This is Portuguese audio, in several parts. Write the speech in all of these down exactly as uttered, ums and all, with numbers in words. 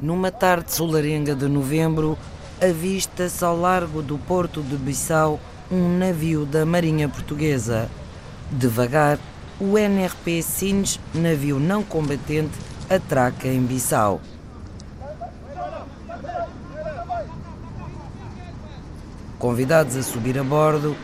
Numa tarde solarenga de novembro, avista-se ao largo do porto de Bissau um navio da Marinha Portuguesa. Devagar, o N R P Sines, navio não combatente, atraca em Bissau. Convidados a subir a bordo,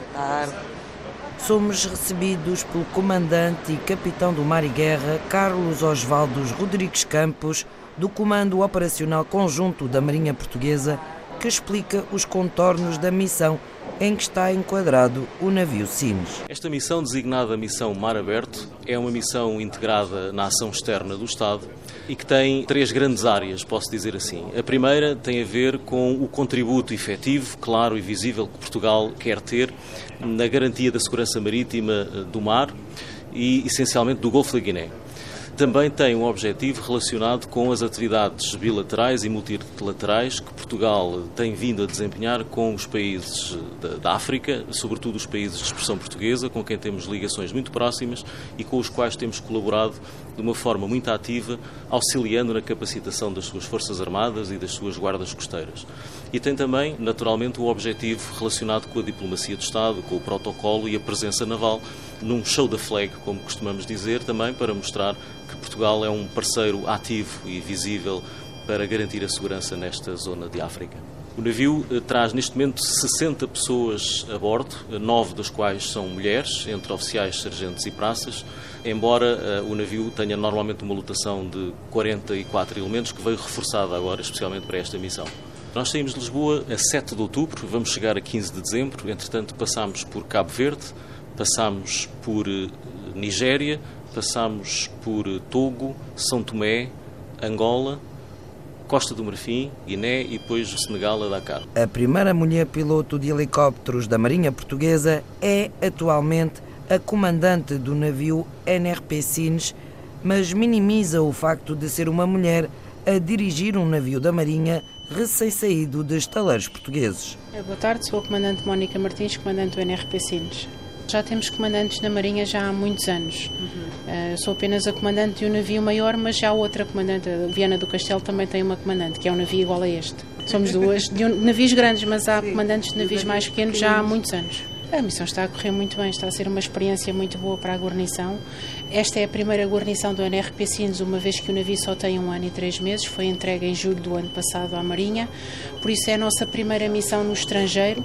somos recebidos pelo comandante e capitão do Mar e Guerra, Carlos Osvaldo Rodrigues Campos, do Comando Operacional Conjunto da Marinha Portuguesa, que explica os contornos da missão em que está enquadrado o navio Sines. Esta missão, designada Missão Mar Aberto, é uma missão integrada na ação externa do Estado e que tem três grandes áreas, posso dizer assim. A primeira tem a ver com o contributo efetivo, claro e visível que Portugal quer ter na garantia da segurança marítima do mar e, essencialmente, do Golfo da Guiné. Também tem um objetivo relacionado com as atividades bilaterais e multilaterais que Portugal tem vindo a desempenhar com os países da, da África, sobretudo os países de expressão portuguesa, com quem temos ligações muito próximas e com os quais temos colaborado de uma forma muito ativa, auxiliando na capacitação das suas forças armadas e das suas guardas costeiras. E tem também, naturalmente, o objetivo relacionado com a diplomacia de Estado, com o protocolo e a presença naval, num show da flag, como costumamos dizer, também para mostrar que Portugal é um parceiro ativo e visível para garantir a segurança nesta zona de África. O navio traz neste momento sessenta pessoas a bordo, nove das quais são mulheres, entre oficiais, sargentos e praças, embora uh, o navio tenha normalmente uma lotação de quarenta e quatro elementos, que veio reforçada agora especialmente para esta missão. Nós saímos de Lisboa a sete de outubro, vamos chegar a quinze de dezembro, entretanto passámos por Cabo Verde, passámos por uh, Nigéria, passámos por uh, Togo, São Tomé, Angola, Costa do Marfim, Guiné e depois Senegal a Dakar. A primeira mulher piloto de helicópteros da Marinha Portuguesa é atualmente a comandante do navio N R P Sines, mas minimiza o facto de ser uma mulher a dirigir um navio da Marinha recém-saído de estaleiros portugueses. Boa tarde, sou a comandante Mónica Martins, comandante do N R P Sines. Já temos comandantes na Marinha já há muitos anos. Uhum. Uh, sou apenas a comandante de um navio maior, mas já outra comandante, a Viana do Castelo, também tem uma comandante, que é um navio igual a este. Somos duas, de um, navios grandes, mas há comandantes de navios mais pequenos já há muitos anos. A missão está a correr muito bem, está a ser uma experiência muito boa para a guarnição. Esta é a primeira guarnição do N R P Sines, uma vez que o navio só tem um ano e três meses, foi entregue em julho do ano passado à Marinha, por isso é a nossa primeira missão no estrangeiro,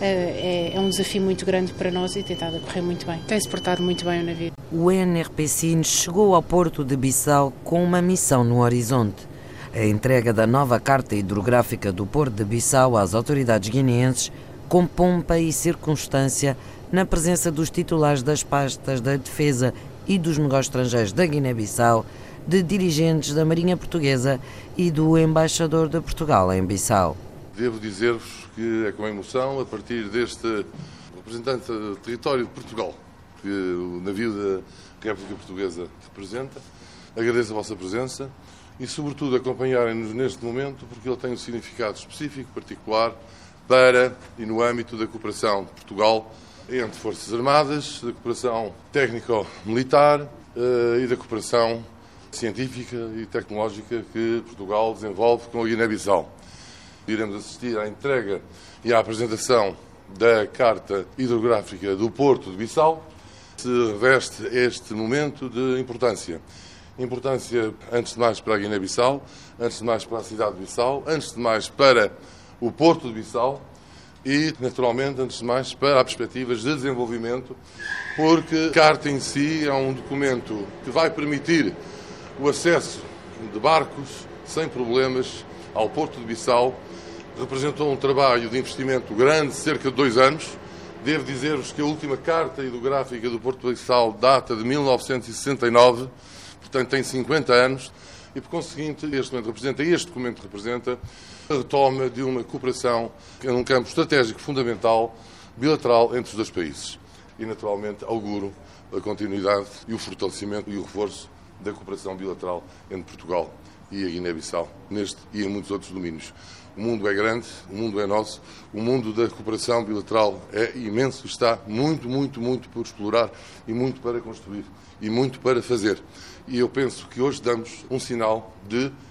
é, é um desafio muito grande para nós e tem estado a correr muito bem. Tem-se portado muito bem o navio. O N R P Sines chegou ao porto de Bissau com uma missão no horizonte. A entrega da nova carta hidrográfica do porto de Bissau às autoridades guineenses com pompa e circunstância, na presença dos titulares das pastas da Defesa e dos Negócios Estrangeiros da Guiné-Bissau, de dirigentes da Marinha Portuguesa e do embaixador de Portugal em Bissau. Devo dizer-vos que é com emoção, a partir deste representante do território de Portugal, que o navio da República Portuguesa representa, agradeço a vossa presença e, sobretudo, acompanharem-nos neste momento, porque ele tem um significado específico, particular, para e no âmbito da cooperação de Portugal entre Forças Armadas, da cooperação técnico-militar uh, e da cooperação científica e tecnológica que Portugal desenvolve com a Guiné-Bissau. Iremos assistir à entrega e à apresentação da Carta Hidrográfica do Porto de Bissau. Se reveste este momento de importância. Importância, antes de mais, para a Guiné-Bissau, antes de mais para a cidade de Bissau, antes de mais para o Porto de Bissau e, naturalmente, antes de mais, para as perspectivas de desenvolvimento, porque a Carta em si é um documento que vai permitir o acesso de barcos sem problemas ao Porto de Bissau. Representou um trabalho de investimento grande, cerca de dois anos. Devo dizer-vos que a última Carta Hidrográfica do Porto de Bissau data de mil novecentos e sessenta e nove, portanto tem cinquenta anos, e, por conseguinte, este documento representa, este documento representa a retoma de uma cooperação num campo estratégico fundamental, bilateral, entre os dois países. E, naturalmente, auguro a continuidade e o fortalecimento e o reforço da cooperação bilateral entre Portugal e a Guiné-Bissau, neste e em muitos outros domínios. O mundo é grande, o mundo é nosso, o mundo da cooperação bilateral é imenso, está muito, muito, muito por explorar e muito para construir e muito para fazer. E eu penso que hoje damos um sinal de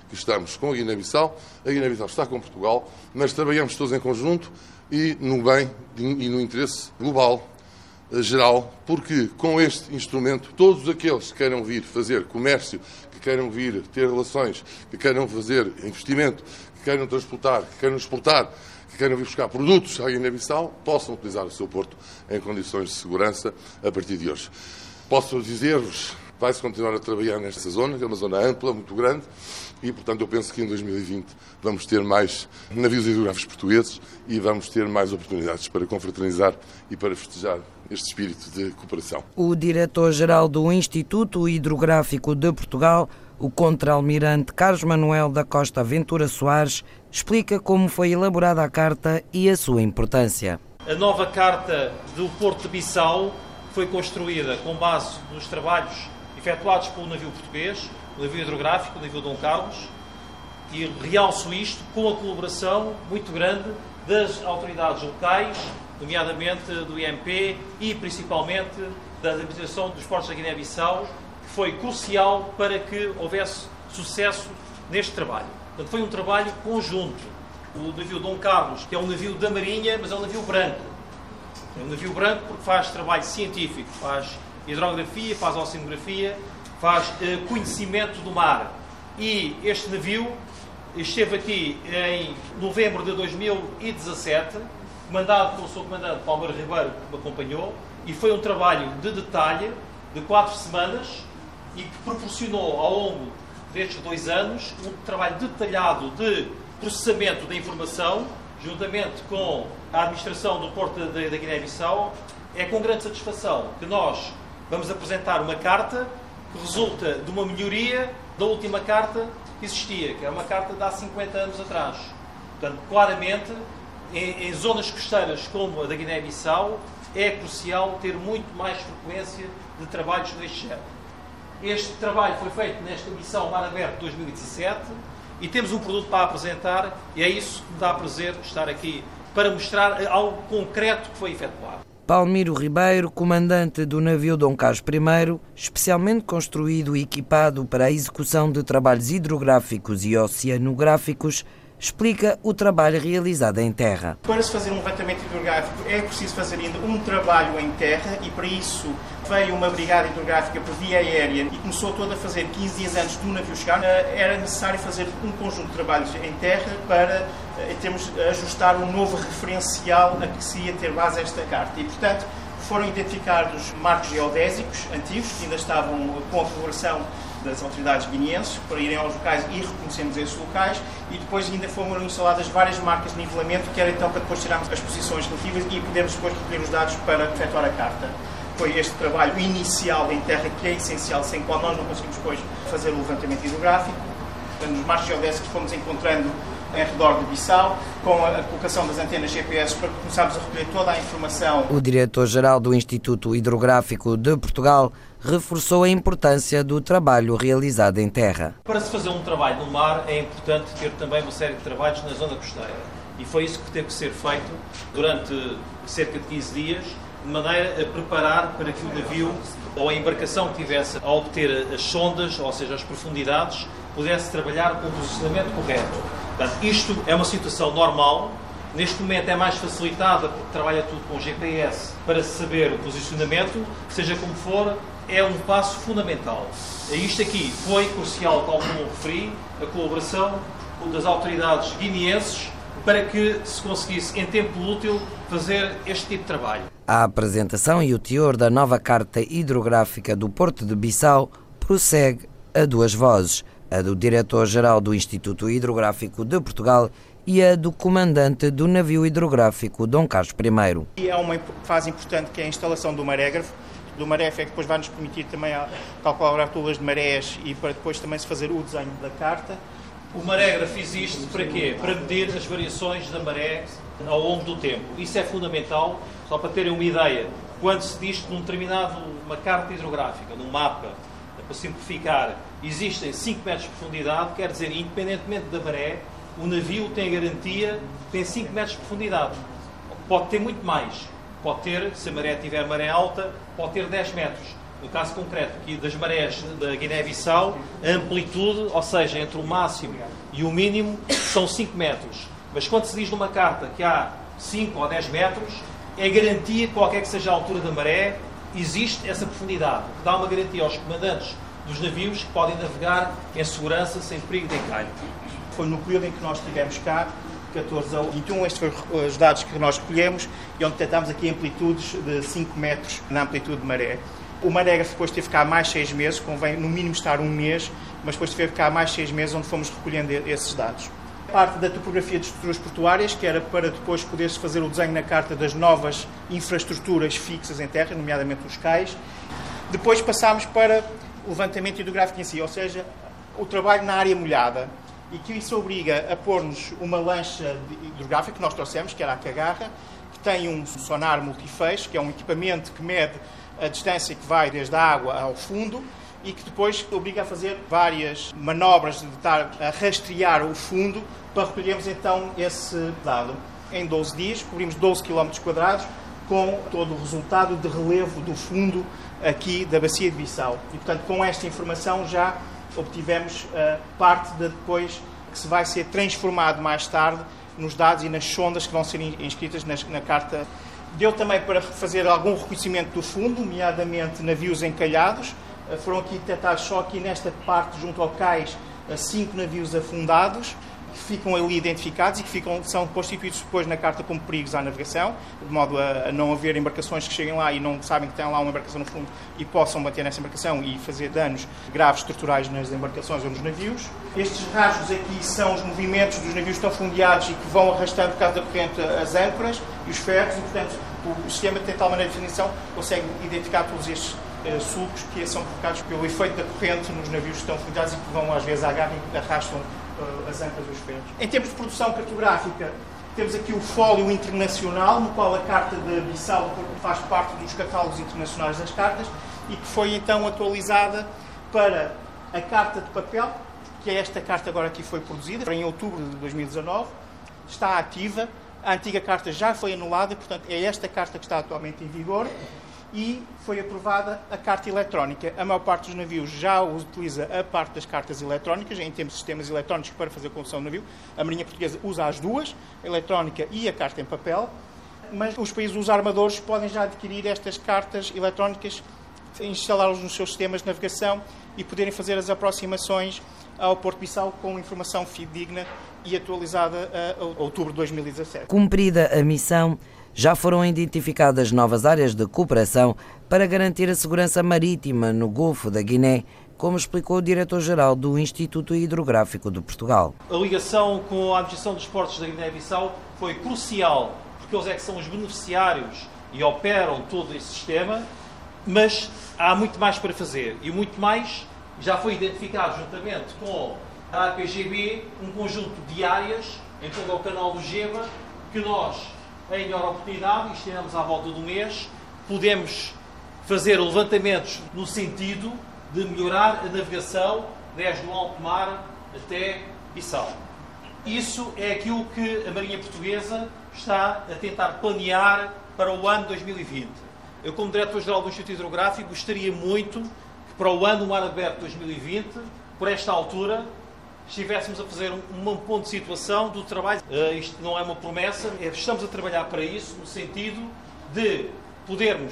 que estamos com a Guiné-Bissau, a Guiné-Bissau está com Portugal, mas trabalhamos todos em conjunto e no bem e no interesse global, geral, porque com este instrumento, todos aqueles que queiram vir fazer comércio, que queiram vir ter relações, que queiram fazer investimento, que queiram transportar, que queiram exportar, que queiram vir buscar produtos à Guiné-Bissau, possam utilizar o seu porto em condições de segurança a partir de hoje. Posso dizer-vos, vai-se continuar a trabalhar nesta zona, que é uma zona ampla, muito grande, e, portanto, eu penso que em dois mil e vinte vamos ter mais navios hidrográficos portugueses e vamos ter mais oportunidades para confraternizar e para festejar este espírito de cooperação. O diretor-geral do Instituto Hidrográfico de Portugal, o contra-almirante Carlos Manuel da Costa Ventura Soares, explica como foi elaborada a carta e a sua importância. A nova carta do Porto de Bissau foi construída com base nos trabalhos efetuados pelo navio português, o navio hidrográfico, o navio Dom Carlos, e realço isto com a colaboração muito grande das autoridades locais, nomeadamente do I M P e principalmente da Administração dos Portos da Guiné-Bissau, que foi crucial para que houvesse sucesso neste trabalho. Portanto, foi um trabalho conjunto. O navio Dom Carlos, que é um navio da Marinha, mas é um navio branco. É um navio branco porque faz trabalho científico, faz hidrografia, faz oceanografia, faz uh, conhecimento do mar. E este navio esteve aqui em novembro de dois mil e dezassete, comandado pelo seu comandante Palmeiro Ribeiro, que me acompanhou, e foi um trabalho de detalhe de quatro semanas e que proporcionou ao longo destes dois anos um trabalho detalhado de processamento da informação, juntamente com a administração do Porto da Guiné-Bissau. É com grande satisfação que nós vamos apresentar uma carta que resulta de uma melhoria da última carta que existia, que era uma carta de há cinquenta anos atrás. Portanto, claramente, em, em zonas costeiras como a da Guiné-Bissau, é crucial ter muito mais frequência de trabalhos deste género. Este trabalho foi feito nesta missão Mar Aberto dois mil e dezassete e temos um produto para apresentar e é isso que me dá prazer estar aqui para mostrar algo concreto que foi efetuado. Palmeiro Ribeiro, comandante do navio Dom Carlos I, especialmente construído e equipado para a execução de trabalhos hidrográficos e oceanográficos, explica o trabalho realizado em terra. Para se fazer um levantamento hidrográfico é preciso fazer ainda um trabalho em terra e para isso veio uma brigada hidrográfica por via aérea e começou toda a fazer quinze dias antes do navio chegar. Era necessário fazer um conjunto de trabalhos em terra para em termos, ajustar um novo referencial a que se ia ter base esta carta. E, portanto, foram identificados marcos geodésicos antigos que ainda estavam com a colaboração das autoridades guineenses para irem aos locais e reconhecemos esses locais e depois ainda foram instaladas várias marcas de nivelamento que era então para depois tirarmos as posições relativas e podermos depois recolher os dados para efetuar a carta. Foi este trabalho inicial em terra que é essencial, sem qual nós não conseguimos depois fazer o levantamento hidrográfico. Nos marcos geodésicos fomos encontrando em redor de Bissau, com a colocação das antenas G P S para que começarmos a recolher toda a informação. O diretor-geral do Instituto Hidrográfico de Portugal reforçou a importância do trabalho realizado em terra. Para se fazer um trabalho no mar é importante ter também uma série de trabalhos na zona costeira. E foi isso que teve que ser feito durante cerca de quinze dias, de maneira a preparar para que o navio ou a embarcação que tivesse a obter as sondas, ou seja, as profundidades, pudesse trabalhar com o posicionamento correto. Portanto, isto é uma situação normal, neste momento é mais facilitada porque trabalha tudo com G P S para saber o posicionamento, seja como for, é um passo fundamental. Isto aqui foi crucial, tal como eu referi, a colaboração das autoridades guineenses para que se conseguisse, em tempo útil, fazer este tipo de trabalho. A apresentação e o teor da nova Carta Hidrográfica do Porto de Bissau prossegue a duas vozes, a do diretor-geral do Instituto Hidrográfico de Portugal e a do comandante do navio hidrográfico Dom Carlos I. E é uma fase importante que é a instalação do marégrafo. Do marégrafo é que depois vai nos permitir também calcular alturas de marés e para depois também se fazer o desenho da carta. O marégrafo existe para quê? Para medir as variações da maré ao longo do tempo. Isso é fundamental, só para terem uma ideia. Quando se diz que num determinado, uma carta hidrográfica, num mapa, para simplificar, existem cinco metros de profundidade, quer dizer, independentemente da maré, o navio tem a garantia que tem cinco metros de profundidade. Pode ter muito mais. Pode ter, se a maré tiver maré alta, pode ter dez metros. no caso concreto aqui das marés da Guiné-Bissau, a amplitude, ou seja, entre o máximo e o mínimo, são cinco metros. Mas quando se diz numa carta que há cinco ou dez metros, é garantia que qualquer que seja a altura da maré, existe essa profundidade. Dá uma garantia aos comandantes dos navios que podem navegar em segurança, sem perigo de encalhe. Foi no período em que nós estivemos cá, catorze a vinte e um, estes foram os dados que nós recolhemos e onde detectámos aqui amplitudes de cinco metros na amplitude de maré. O marégrafo depois teve cá mais seis meses, convém no mínimo estar um mês, mas depois teve cá mais seis meses onde fomos recolhendo esses dados. Parte da topografia de estruturas portuárias, que era para depois poder-se fazer o desenho na carta das novas infraestruturas fixas em terra, nomeadamente os cais. Depois passámos para o levantamento hidrográfico em si, ou seja, o trabalho na área molhada. E que isso obriga a pôr-nos uma lancha hidrográfica que nós trouxemos, que era a Cagarra, que tem um sonar multifeixe, que é um equipamento que mede a distância que vai desde a água ao fundo e que depois obriga a fazer várias manobras de estar a rastrear o fundo para recolhermos então esse dado. Em doze dias, cobrimos doze quilómetros quadrados com todo o resultado de relevo do fundo aqui da Bacia de Bissau. E, portanto, com esta informação já obtivemos uh, parte de depois que se vai ser transformado mais tarde nos dados e nas sondas que vão ser inscritas nas, na carta. Deu também para fazer algum reconhecimento do fundo, nomeadamente navios encalhados. Uh, foram aqui detectados só aqui nesta parte, junto ao cais, uh, cinco navios afundados, que ficam ali identificados e que ficam, são constituídos depois na carta como perigos à navegação, de modo a, a não haver embarcações que cheguem lá e não sabem que tem lá uma embarcação no fundo e possam bater nessa embarcação e fazer danos graves estruturais nas embarcações ou nos navios. Estes rasgos aqui são os movimentos dos navios que estão fundeados e que vão arrastando por causa da corrente as âncoras e os ferros e, portanto, o sistema tem tal maneira de definição que consegue identificar todos estes uh, sulcos que são provocados pelo efeito da corrente nos navios que estão fundeados e que vão às vezes à garra e arrastam as âncoras dos ferros. Em termos de produção cartográfica, temos aqui o fólio internacional, no qual a carta de Bissau faz parte dos catálogos internacionais das cartas e que foi então atualizada para a carta de papel, que é esta carta agora aqui foi produzida, em outubro de dois mil e dezanove, está ativa, a antiga carta já foi anulada, portanto é esta carta que está atualmente em vigor. E foi aprovada a carta eletrónica. A maior parte dos navios já utiliza a parte das cartas eletrónicas, em termos de sistemas eletrónicos para fazer a condução do navio. A Marinha Portuguesa usa as duas, a eletrónica e a carta em papel, mas os países, os armadores, podem já adquirir estas cartas eletrónicas, instalá-las nos seus sistemas de navegação e poderem fazer as aproximações ao Porto de Bissau com informação fidedigna e atualizada a outubro de dois mil e dezassete. Cumprida a missão, já foram identificadas novas áreas de cooperação para garantir a segurança marítima no Golfo da Guiné, como explicou o diretor-geral do Instituto Hidrográfico de Portugal. A ligação com a administração dos portos da Guiné-Bissau foi crucial, porque eles é que são os beneficiários e operam todo esse sistema, mas há muito mais para fazer. E muito mais já foi identificado juntamente com a A P G B um conjunto de áreas em todo o canal do Geba que nós, em melhor oportunidade, e estivemos à volta do mês, podemos fazer levantamentos no sentido de melhorar a navegação desde o alto mar até Bissau. Isso é aquilo que a Marinha Portuguesa está a tentar planear para o ano dois mil e vinte. Eu, como Diretor-Geral do Instituto Hidrográfico, gostaria muito que para o ano do Mar Aberto dois mil e vinte, por esta altura, estivéssemos a fazer um, um ponto de situação do trabalho. Uh, isto não é uma promessa, é, estamos a trabalhar para isso, no sentido de podermos,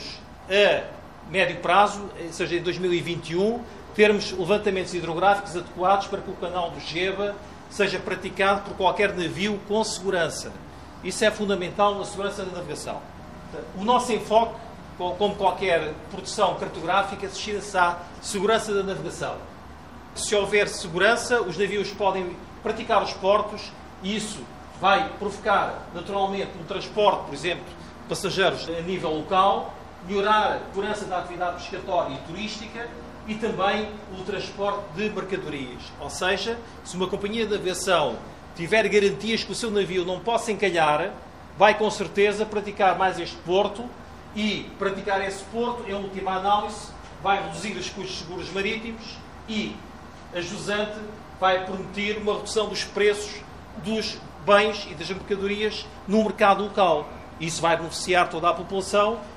a médio prazo, ou seja, em dois mil e vinte e um, termos levantamentos hidrográficos adequados para que o canal do Geba seja praticado por qualquer navio com segurança. Isso é fundamental na segurança da navegação. O nosso enfoque, como qualquer produção cartográfica, destina-se à segurança da navegação. Se houver segurança, os navios podem praticar os portos e isso vai provocar, naturalmente, um transporte, por exemplo, de passageiros a nível local, melhorar a segurança da atividade pescatória e turística e também o transporte de mercadorias. Ou seja, se uma companhia de aviação tiver garantias que o seu navio não possa encalhar, vai com certeza praticar mais este porto e praticar esse porto, em última análise, vai reduzir os custos de seguros marítimos e a jusante vai permitir uma redução dos preços dos bens e das mercadorias no mercado local. Isso vai beneficiar toda a população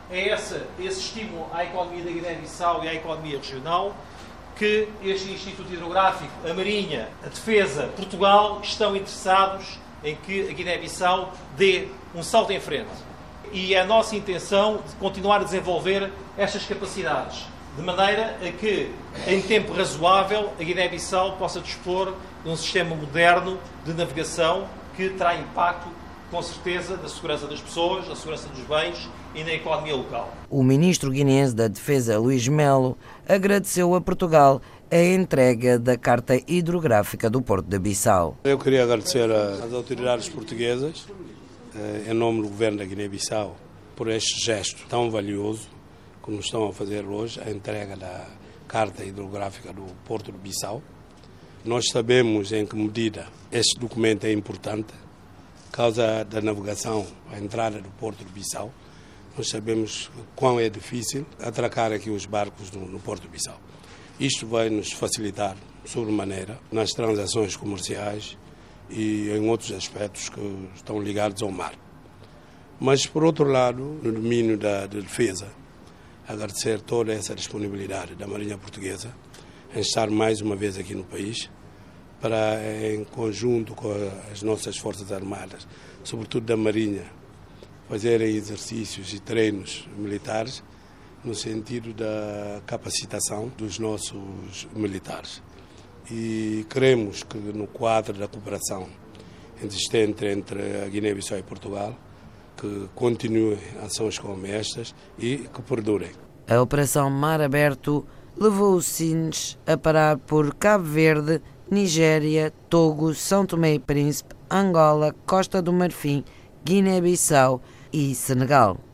é essa, esse estímulo à economia da Guiné-Bissau e à economia regional que este Instituto Hidrográfico, a Marinha, a Defesa, Portugal estão interessados em que a Guiné-Bissau dê um salto em frente. E é a nossa intenção de continuar a desenvolver estas capacidades, de maneira a que, em tempo razoável, a Guiné-Bissau possa dispor de um sistema moderno de navegação que terá impacto, com certeza, na segurança das pessoas, na segurança dos bens e na economia local. O ministro guineense da Defesa, Luís Melo, agradeceu a Portugal a entrega da Carta Hidrográfica do Porto de Bissau. Eu queria agradecer às autoridades portuguesas, em nome do governo da Guiné-Bissau, por este gesto tão valioso que nos estão a fazer hoje, a entrega da Carta Hidrográfica do Porto de Bissau. Nós sabemos em que medida este documento é importante, por causa da navegação, a entrada do Porto de Bissau. Nós sabemos quão é difícil atracar aqui os barcos no, no Porto de Bissau. Isto vai nos facilitar, sobremaneira, nas transações comerciais e em outros aspectos que estão ligados ao mar. Mas, por outro lado, no domínio da, da defesa, agradecer toda essa disponibilidade da Marinha Portuguesa em estar mais uma vez aqui no país, para, em conjunto com as nossas Forças Armadas, sobretudo da Marinha, fazerem exercícios e treinos militares no sentido da capacitação dos nossos militares. E queremos que, no quadro da cooperação existente entre a Guiné-Bissau e Portugal, que continuem ações como estas e que perdurem. A Operação Mar Aberto levou os Sines a parar por Cabo Verde, Nigéria, Togo, São Tomé e Príncipe, Angola, Costa do Marfim, Guiné-Bissau e Senegal.